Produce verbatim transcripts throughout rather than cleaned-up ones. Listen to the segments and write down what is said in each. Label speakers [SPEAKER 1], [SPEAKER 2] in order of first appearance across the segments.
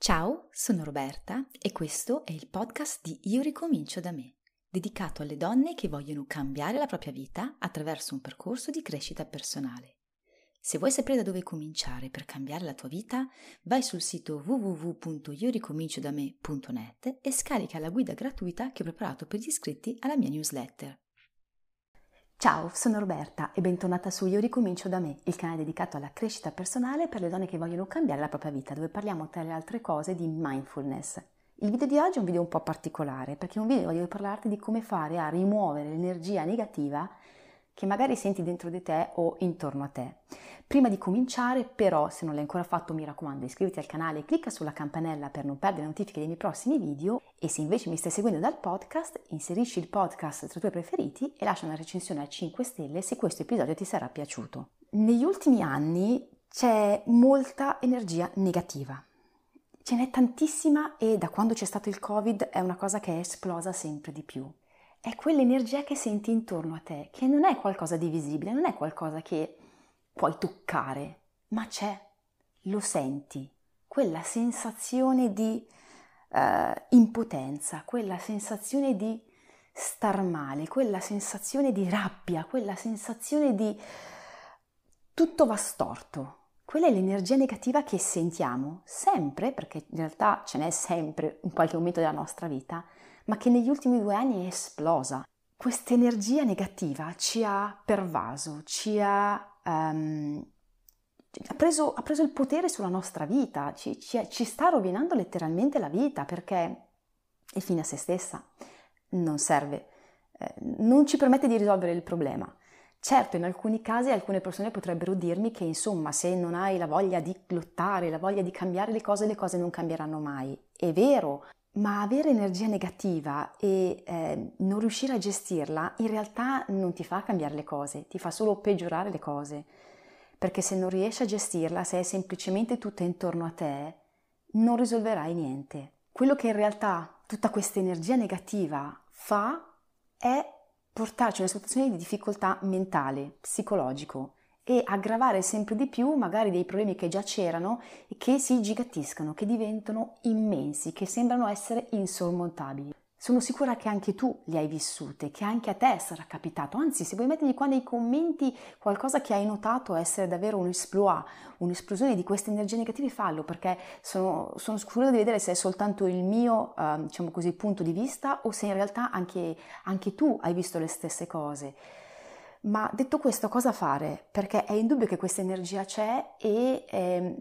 [SPEAKER 1] Ciao, sono Roberta e questo è il podcast di Io ricomincio da me, dedicato alle donne che vogliono cambiare la propria vita attraverso un percorso di crescita personale. Se vuoi sapere da dove cominciare per cambiare la tua vita, vai sul sito w w w punto io ricomincio da me punto net e scarica la guida gratuita che ho preparato per gli iscritti alla mia newsletter. Ciao, sono Roberta e bentornata su Io ricomincio da me, il canale dedicato alla crescita personale per le donne che vogliono cambiare la propria vita, dove parliamo tra le altre cose di mindfulness. Il video di oggi è un video un po' particolare, perché è un video dove voglio parlarti di come fare a rimuovere l'energia negativa che magari senti dentro di te o intorno a te. Prima di cominciare, però, se non l'hai ancora fatto, mi raccomando, iscriviti al canale e clicca sulla campanella per non perdere le notifiche dei miei prossimi video, e se invece mi stai seguendo dal podcast, inserisci il podcast tra i tuoi preferiti e lascia una recensione a cinque stelle se questo episodio ti sarà piaciuto. Negli ultimi anni c'è molta energia negativa. Ce n'è tantissima e da quando c'è stato il Covid è una cosa che è esplosa sempre di più. È quell'energia che senti intorno a te, che non è qualcosa di visibile, non è qualcosa che puoi toccare, ma c'è, lo senti, quella sensazione di uh, impotenza, quella sensazione di star male, quella sensazione di rabbia, quella sensazione di tutto va storto. Quella è l'energia negativa che sentiamo sempre, perché in realtà ce n'è sempre in qualche momento della nostra vita, ma che negli ultimi due anni è esplosa. Questa energia negativa ci ha pervaso, ci ha, um, ha, preso, ha preso il potere sulla nostra vita, ci, ci, ci sta rovinando letteralmente la vita, perché è fine a se stessa, non serve, eh, non ci permette di risolvere il problema. Certo, in alcuni casi alcune persone potrebbero dirmi che insomma se non hai la voglia di lottare, la voglia di cambiare le cose, le cose non cambieranno mai. È vero, ma avere energia negativa e eh, non riuscire a gestirla in realtà non ti fa cambiare le cose, ti fa solo peggiorare le cose. Perché se non riesci a gestirla, se è semplicemente tutta intorno a te, non risolverai niente. Quello che in realtà tutta questa energia negativa fa è portarci a una situazione di difficoltà mentale, psicologico e aggravare sempre di più magari dei problemi che già c'erano e che si gigantiscono, che diventano immensi, che sembrano essere insormontabili. Sono sicura che anche tu li hai vissute, che anche a te sarà capitato, anzi se vuoi mettermi qua nei commenti qualcosa che hai notato essere davvero un exploit, un'esplosione di queste energie negative, fallo, perché sono, sono curiosa di vedere se è soltanto il mio eh, diciamo così, punto di vista o se in realtà anche, anche tu hai visto le stesse cose. Ma detto questo, cosa fare? Perché è indubbio che questa energia c'è e... Eh,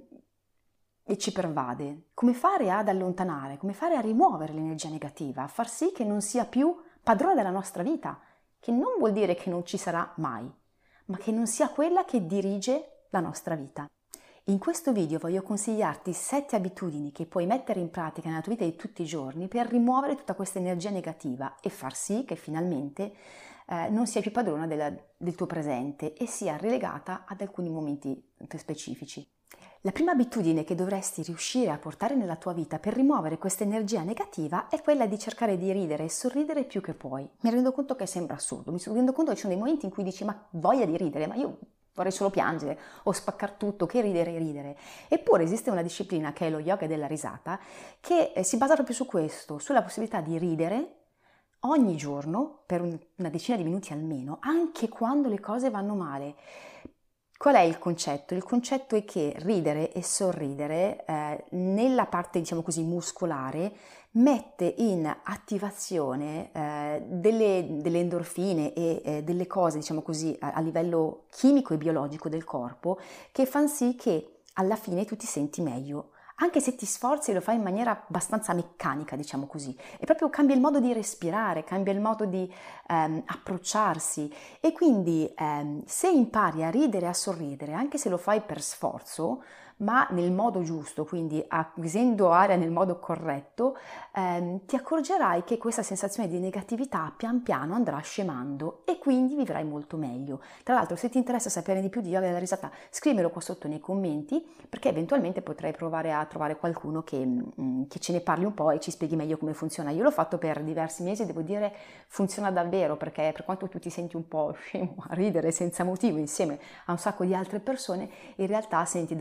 [SPEAKER 1] e ci pervade. Come fare ad allontanare, come fare a rimuovere l'energia negativa, a far sì che non sia più padrona della nostra vita, che non vuol dire che non ci sarà mai, ma che non sia quella che dirige la nostra vita. In questo video voglio consigliarti sette abitudini che puoi mettere in pratica nella tua vita di tutti i giorni per rimuovere tutta questa energia negativa e far sì che finalmente eh, non sia più padrona della, del tuo presente e sia relegata ad alcuni momenti specifici. La prima abitudine che dovresti riuscire a portare nella tua vita per rimuovere questa energia negativa è quella di cercare di ridere e sorridere più che puoi. Mi rendo conto che sembra assurdo, mi rendo conto che ci sono dei momenti in cui dici ma voglia di ridere, ma io vorrei solo piangere o spaccar tutto, che ridere e ridere. Eppure esiste una disciplina che è lo yoga della risata che si basa proprio su questo, sulla possibilità di ridere ogni giorno per una decina di minuti almeno, anche quando le cose vanno male. Qual è il concetto? Il concetto è che ridere e sorridere eh, nella parte, diciamo così, muscolare mette in attivazione eh, delle, delle endorfine e eh, delle cose, diciamo così, a, a livello chimico e biologico del corpo che fanno sì che alla fine tu ti senti meglio. Anche se ti sforzi e lo fai in maniera abbastanza meccanica, diciamo così, e proprio cambia il modo di respirare, cambia il modo di ehm, approcciarsi e quindi ehm, se impari a ridere e a sorridere, anche se lo fai per sforzo, ma nel modo giusto, quindi acquisendo aria nel modo corretto, ehm, ti accorgerai che questa sensazione di negatività pian piano andrà scemando e quindi vivrai molto meglio. Tra l'altro, se ti interessa sapere di più di yoga della risata, scrivimelo qua sotto nei commenti, perché eventualmente potrei provare a trovare qualcuno che, mh, che ce ne parli un po' e ci spieghi meglio come funziona. Io l'ho fatto per diversi mesi e devo dire funziona davvero, perché per quanto tu ti senti un po' scemo a ridere senza motivo insieme a un sacco di altre persone, in realtà senti davvero questo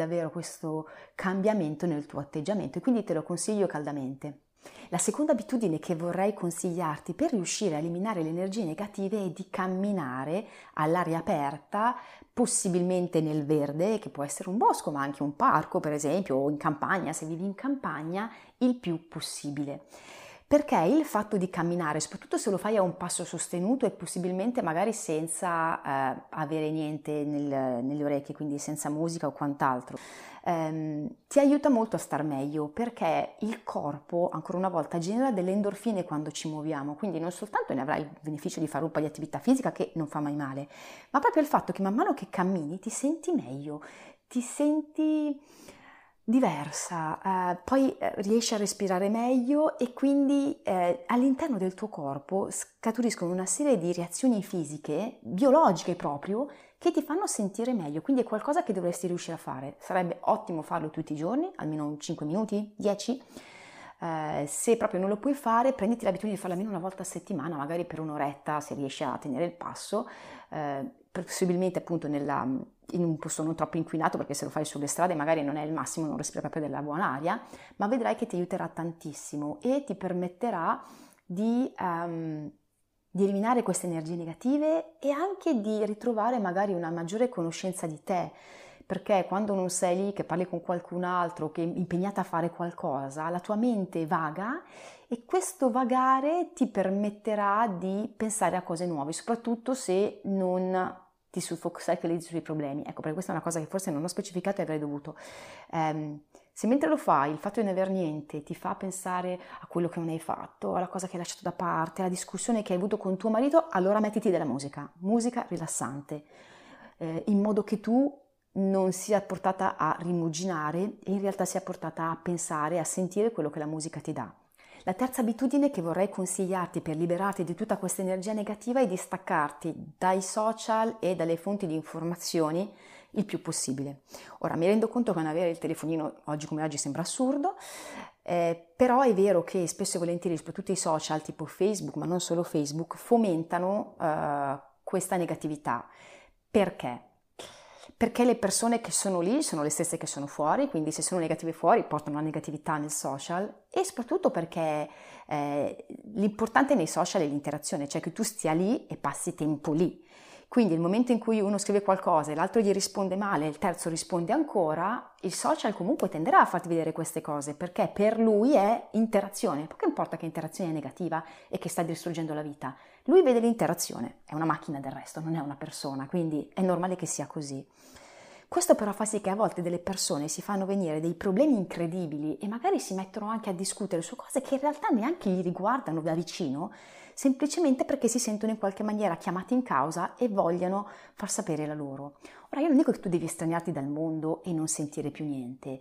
[SPEAKER 1] questo cambiamento nel tuo atteggiamento e quindi te lo consiglio caldamente. La seconda abitudine che vorrei consigliarti per riuscire a eliminare le energie negative è di camminare all'aria aperta, possibilmente nel verde, che può essere un bosco, ma anche un parco, per esempio, o in campagna, se vivi in campagna, il più possibile. Perché il fatto di camminare, soprattutto se lo fai a un passo sostenuto e possibilmente magari senza eh, avere niente nel, nelle orecchie, quindi senza musica o quant'altro, ehm, ti aiuta molto a star meglio, perché il corpo, ancora una volta, genera delle endorfine quando ci muoviamo, quindi non soltanto ne avrai il beneficio di fare un po' di attività fisica, che non fa mai male, ma proprio il fatto che man mano che cammini ti senti meglio, ti senti diversa, eh, poi eh, riesci a respirare meglio e quindi eh, all'interno del tuo corpo scaturiscono una serie di reazioni fisiche, biologiche proprio, che ti fanno sentire meglio, quindi è qualcosa che dovresti riuscire a fare. Sarebbe ottimo farlo tutti i giorni, almeno cinque minuti, dieci. Eh, se proprio non lo puoi fare, prenditi l'abitudine di farlo almeno una volta a settimana, magari per un'oretta se riesci a tenere il passo, eh, possibilmente appunto nella, in un posto non troppo inquinato, perché se lo fai sulle strade magari non è il massimo, non respiri proprio della buona aria, ma vedrai che ti aiuterà tantissimo e ti permetterà di, um, di eliminare queste energie negative e anche di ritrovare magari una maggiore conoscenza di te, perché quando non sei lì che parli con qualcun altro, che è impegnata a fare qualcosa, la tua mente vaga e questo vagare ti permetterà di pensare a cose nuove, soprattutto se non ti focalizzi sui problemi. Ecco, perché questa è una cosa che forse non ho specificato e avrei dovuto. Um, se mentre lo fai, il fatto di non aver niente ti fa pensare a quello che non hai fatto, alla cosa che hai lasciato da parte, alla discussione che hai avuto con tuo marito, allora mettiti della musica, musica rilassante, eh, in modo che tu non sia portata a rimuginare e in realtà sia portata a pensare, a sentire quello che la musica ti dà. La terza abitudine che vorrei consigliarti per liberarti di tutta questa energia negativa è di staccarti dai social e dalle fonti di informazioni il più possibile. Ora mi rendo conto che non avere il telefonino oggi come oggi sembra assurdo, eh, però è vero che spesso e volentieri, soprattutto i social tipo Facebook, ma non solo Facebook, fomentano eh, questa negatività. Perché? Perché le persone che sono lì sono le stesse che sono fuori, quindi se sono negative fuori portano la negatività nel social e soprattutto perché eh, l'importante nei social è l'interazione, cioè che tu stia lì e passi tempo lì. Quindi il momento in cui uno scrive qualcosa e l'altro gli risponde male e il terzo risponde ancora, il social comunque tenderà a farti vedere queste cose perché per lui è interazione. Poco importa che interazione è negativa e che sta distruggendo la vita. Lui vede l'interazione, è una macchina del resto, non è una persona, quindi è normale che sia così. Questo però fa sì che a volte delle persone si fanno venire dei problemi incredibili e magari si mettono anche a discutere su cose che in realtà neanche gli riguardano da vicino, semplicemente perché si sentono in qualche maniera chiamati in causa e vogliono far sapere la loro. Ora io non dico che tu devi estraniarti dal mondo e non sentire più niente,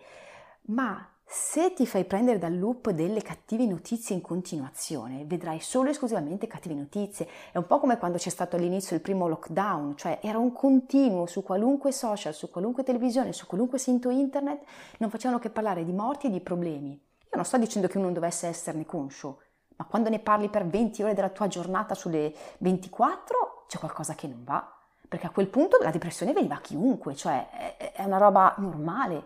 [SPEAKER 1] ma se ti fai prendere dal loop delle cattive notizie in continuazione, vedrai solo e esclusivamente cattive notizie. È un po' come quando c'è stato all'inizio il primo lockdown, cioè era un continuo su qualunque social, su qualunque televisione, su qualunque sito internet, non facevano che parlare di morti e di problemi. Io non sto dicendo che uno non dovesse esserne conscio, ma quando ne parli per venti ore della tua giornata sulle ventiquattro c'è qualcosa che non va, perché a quel punto la depressione veniva a chiunque, cioè è una roba normale.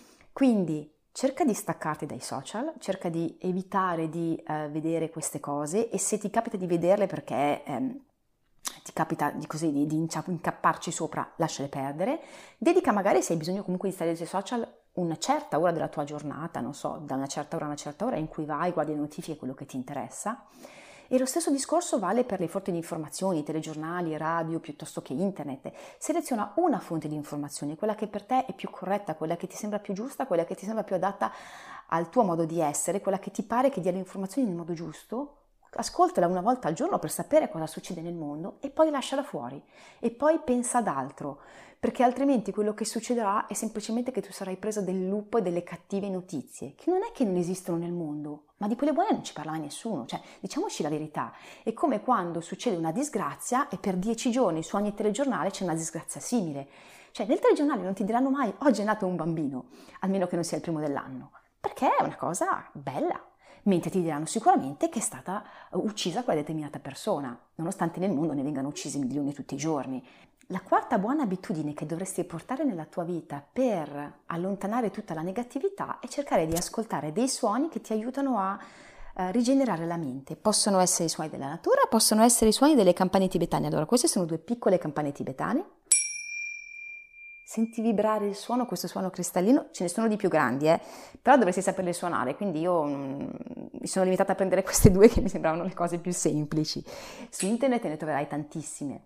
[SPEAKER 1] Quindi cerca di staccarti dai social, cerca di evitare di uh, vedere queste cose e se ti capita di vederle perché um, ti capita di, così, di, di incapparci sopra, lasciale perdere. Dedica magari, se hai bisogno comunque di stare sui social, una certa ora della tua giornata, non so, da una certa ora a una certa ora in cui vai, guardi le notifiche, quello che ti interessa. E lo stesso discorso vale per le fonti di informazioni, telegiornali, radio, piuttosto che internet. Seleziona una fonte di informazioni, quella che per te è più corretta, quella che ti sembra più giusta, quella che ti sembra più adatta al tuo modo di essere, quella che ti pare che dia le informazioni nel modo giusto. Ascoltala una volta al giorno per sapere cosa succede nel mondo e poi lasciala fuori e poi pensa ad altro, perché altrimenti quello che succederà è semplicemente che tu sarai presa del loop delle cattive notizie, che non è che non esistono nel mondo, ma di quelle buone non ci parla mai nessuno, cioè diciamoci la verità, è come quando succede una disgrazia e per dieci giorni su ogni telegiornale c'è una disgrazia simile, cioè nel telegiornale non ti diranno mai oggi è nato un bambino, almeno che non sia il primo dell'anno, perché è una cosa bella. Mentre ti diranno sicuramente che è stata uccisa quella determinata persona, nonostante nel mondo ne vengano uccisi milioni tutti i giorni. La quarta buona abitudine che dovresti portare nella tua vita per allontanare tutta la negatività è cercare di ascoltare dei suoni che ti aiutano a eh, rigenerare la mente. Possono essere i suoni della natura, possono essere i suoni delle campane tibetane. Allora, queste sono due piccole campane tibetane. Senti vibrare il suono, questo suono cristallino, ce ne sono di più grandi, eh? Però dovresti saperle suonare, quindi io mm, mi sono limitata a prendere queste due che mi sembravano le cose più semplici. Su internet ne troverai tantissime.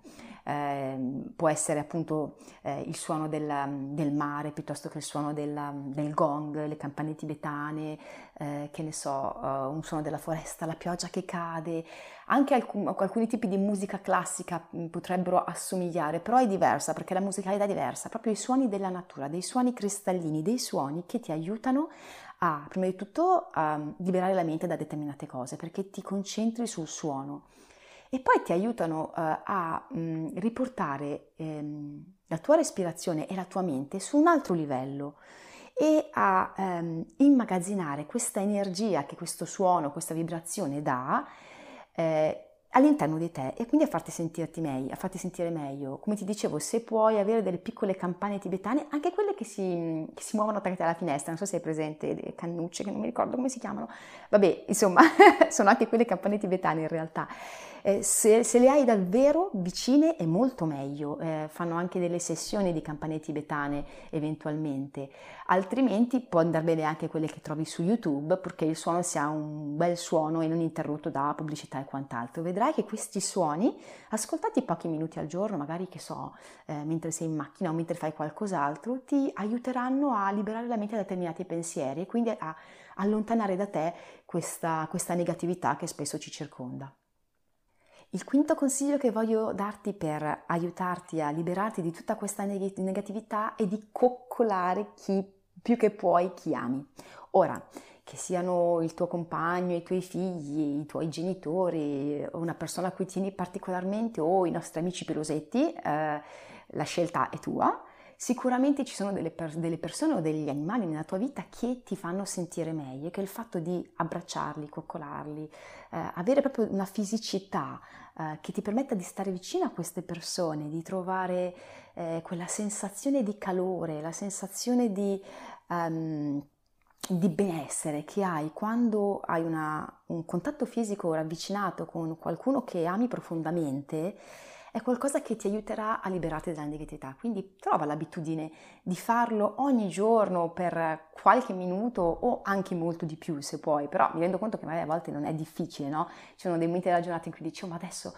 [SPEAKER 1] Eh, può essere appunto eh, il suono del, del mare piuttosto che il suono del, del gong, le campane tibetane, eh, che ne so, uh, un suono della foresta, la pioggia che cade, anche alcun, alcuni tipi di musica classica potrebbero assomigliare, però è diversa perché la musicalità è diversa, proprio i suoni della natura, dei suoni cristallini, dei suoni che ti aiutano a, prima di tutto, a liberare la mente da determinate cose, perché ti concentri sul suono. E poi ti aiutano uh, a mh, riportare ehm, la tua respirazione e la tua mente su un altro livello e a ehm, immagazzinare questa energia che questo suono, questa vibrazione dà eh, all'interno di te e quindi a farti sentirti meglio, a farti sentire meglio. Come ti dicevo, se puoi avere delle piccole campane tibetane, anche quelle che si, che si muovono attaccate alla finestra, non so se hai presente, le cannucce, che non mi ricordo come si chiamano, vabbè, insomma, sono anche quelle campane tibetane in realtà. Eh, se, se le hai davvero vicine è molto meglio, eh, fanno anche delle sessioni di campane tibetane eventualmente, altrimenti può andare bene anche quelle che trovi su YouTube, perché il suono sia un bel suono e non interrotto da pubblicità e quant'altro. Vedrai che questi suoni, ascoltati pochi minuti al giorno, magari che so, eh, mentre sei in macchina o mentre fai qualcos'altro, ti aiuteranno a liberare la mente da determinati pensieri e quindi a allontanare da te questa, questa negatività che spesso ci circonda. Il quinto consiglio che voglio darti per aiutarti a liberarti di tutta questa neg- negatività è di coccolare chi più che puoi chi ami. Ora, che siano il tuo compagno, i tuoi figli, i tuoi genitori, una persona a cui tieni particolarmente o i nostri amici pelosetti, eh, la scelta è tua. Sicuramente ci sono delle, per- delle persone o degli animali nella tua vita che ti fanno sentire meglio, che il fatto di abbracciarli, coccolarli, eh, avere proprio una fisicità eh, che ti permetta di stare vicino a queste persone, di trovare eh, quella sensazione di calore, la sensazione di, um, di benessere che hai quando hai una, un contatto fisico ravvicinato con qualcuno che ami profondamente, è qualcosa che ti aiuterà a liberarti dalla negatività. Quindi trova l'abitudine di farlo ogni giorno per qualche minuto o anche molto di più se puoi, però mi rendo conto che magari a volte non è difficile, no? Ci sono dei momenti della giornata in cui dici, oh, ma adesso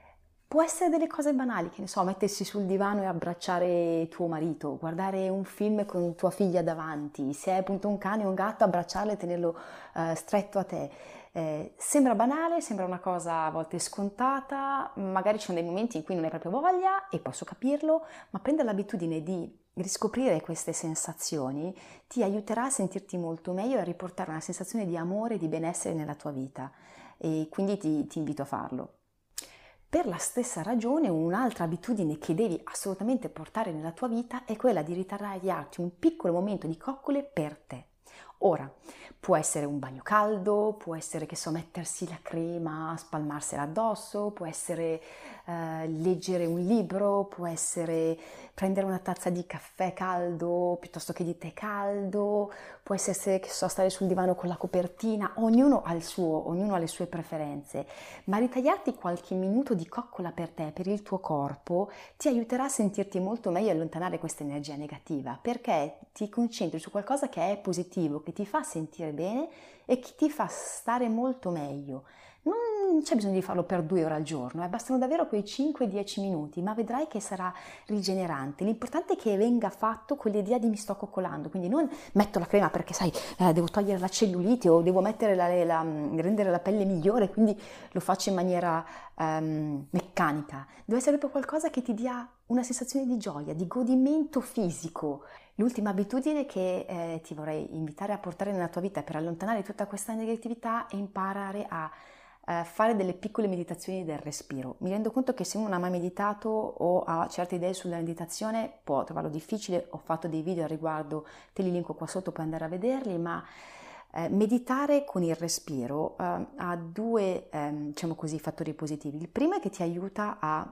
[SPEAKER 1] può essere delle cose banali, che ne so, mettersi sul divano e abbracciare tuo marito, guardare un film con tua figlia davanti, se hai appunto un cane o un gatto, abbracciarlo e tenerlo uh, stretto a te. Eh, sembra banale, sembra una cosa a volte scontata, magari ci sono dei momenti in cui non hai proprio voglia e posso capirlo, ma prendere l'abitudine di riscoprire queste sensazioni ti aiuterà a sentirti molto meglio e a riportare una sensazione di amore e di benessere nella tua vita e quindi ti, ti invito a farlo. Per la stessa ragione, un'altra abitudine che devi assolutamente portare nella tua vita è quella di ritagliarti un piccolo momento di coccole per te. Ora, può essere un bagno caldo, può essere, che so, mettersi la crema, spalmarsela addosso, può essere eh, leggere un libro, può essere prendere una tazza di caffè caldo piuttosto che di tè caldo, può essere, che so, stare sul divano con la copertina, ognuno ha il suo, ognuno ha le sue preferenze, ma ritagliarti qualche minuto di coccola per te, per il tuo corpo, ti aiuterà a sentirti molto meglio e allontanare questa energia negativa, perché ti concentri su qualcosa che è positivo, che ti fa sentire bene e che ti fa stare molto meglio. Non c'è bisogno di farlo per due ore al giorno, eh? Bastano davvero quei cinque dieci minuti, ma vedrai che sarà rigenerante. L'importante è che venga fatto con l'idea di mi sto coccolando, quindi non metto la crema perché sai, eh, devo togliere la cellulite o devo mettere la, la, rendere la pelle migliore, quindi lo faccio in maniera um, meccanica. Deve essere proprio qualcosa che ti dia una sensazione di gioia, di godimento fisico. L'ultima abitudine che eh, ti vorrei invitare a portare nella tua vita per allontanare tutta questa negatività è imparare a eh, fare delle piccole meditazioni del respiro. Mi rendo conto che se uno non ha mai meditato o ha certe idee sulla meditazione può trovarlo difficile, ho fatto dei video al riguardo, te li linko qua sotto, puoi andare a vederli, ma eh, meditare con il respiro eh, ha due, eh, diciamo così, fattori positivi. Il primo è che ti aiuta a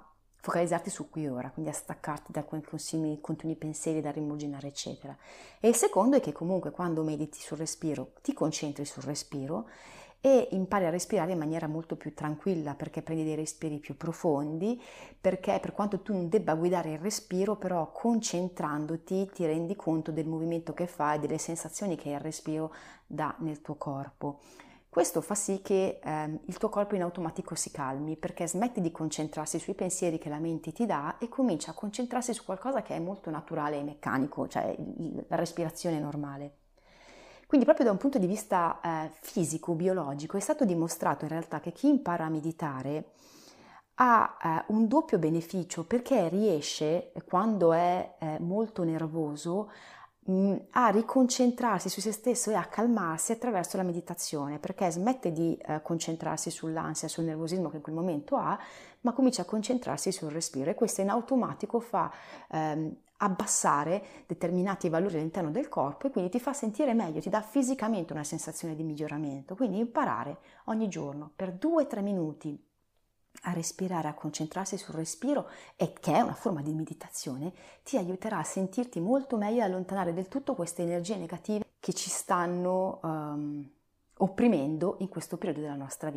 [SPEAKER 2] focalizzarti su qui e ora, quindi a staccarti da quei continui, continui pensieri da rimuginare, eccetera. E il secondo è che comunque quando mediti sul respiro, ti concentri sul respiro e impari a respirare in maniera molto più tranquilla, perché prendi dei respiri più profondi, perché per quanto tu non debba guidare il respiro, però concentrandoti ti rendi conto del movimento che fa e delle sensazioni che il respiro dà nel tuo corpo. Questo fa sì che ehm, il tuo corpo in automatico si calmi, perché smetti di concentrarsi sui pensieri che la mente ti dà e comincia a concentrarsi su qualcosa che è molto naturale e meccanico, cioè la respirazione normale. Quindi proprio da un punto di vista eh, fisico, biologico, è stato dimostrato in realtà che chi impara a meditare ha eh, un doppio beneficio, perché riesce, quando è eh, molto nervoso, mh, a riconcentrarsi su se stesso e a calmarsi attraverso la meditazione, perché smette di eh, concentrarsi sull'ansia, sul nervosismo che in quel momento ha, ma comincia a concentrarsi sul respiro, e questo in automatico fa ehm, abbassare determinati valori all'interno del corpo e quindi ti fa sentire meglio, ti dà fisicamente una sensazione di miglioramento. Quindi imparare ogni giorno per due tre minuti a respirare, a concentrarsi sul respiro, e che è una forma di meditazione, ti aiuterà a sentirti molto meglio e a allontanare del tutto queste energie negative che ci stanno um, opprimendo in questo periodo della nostra vita.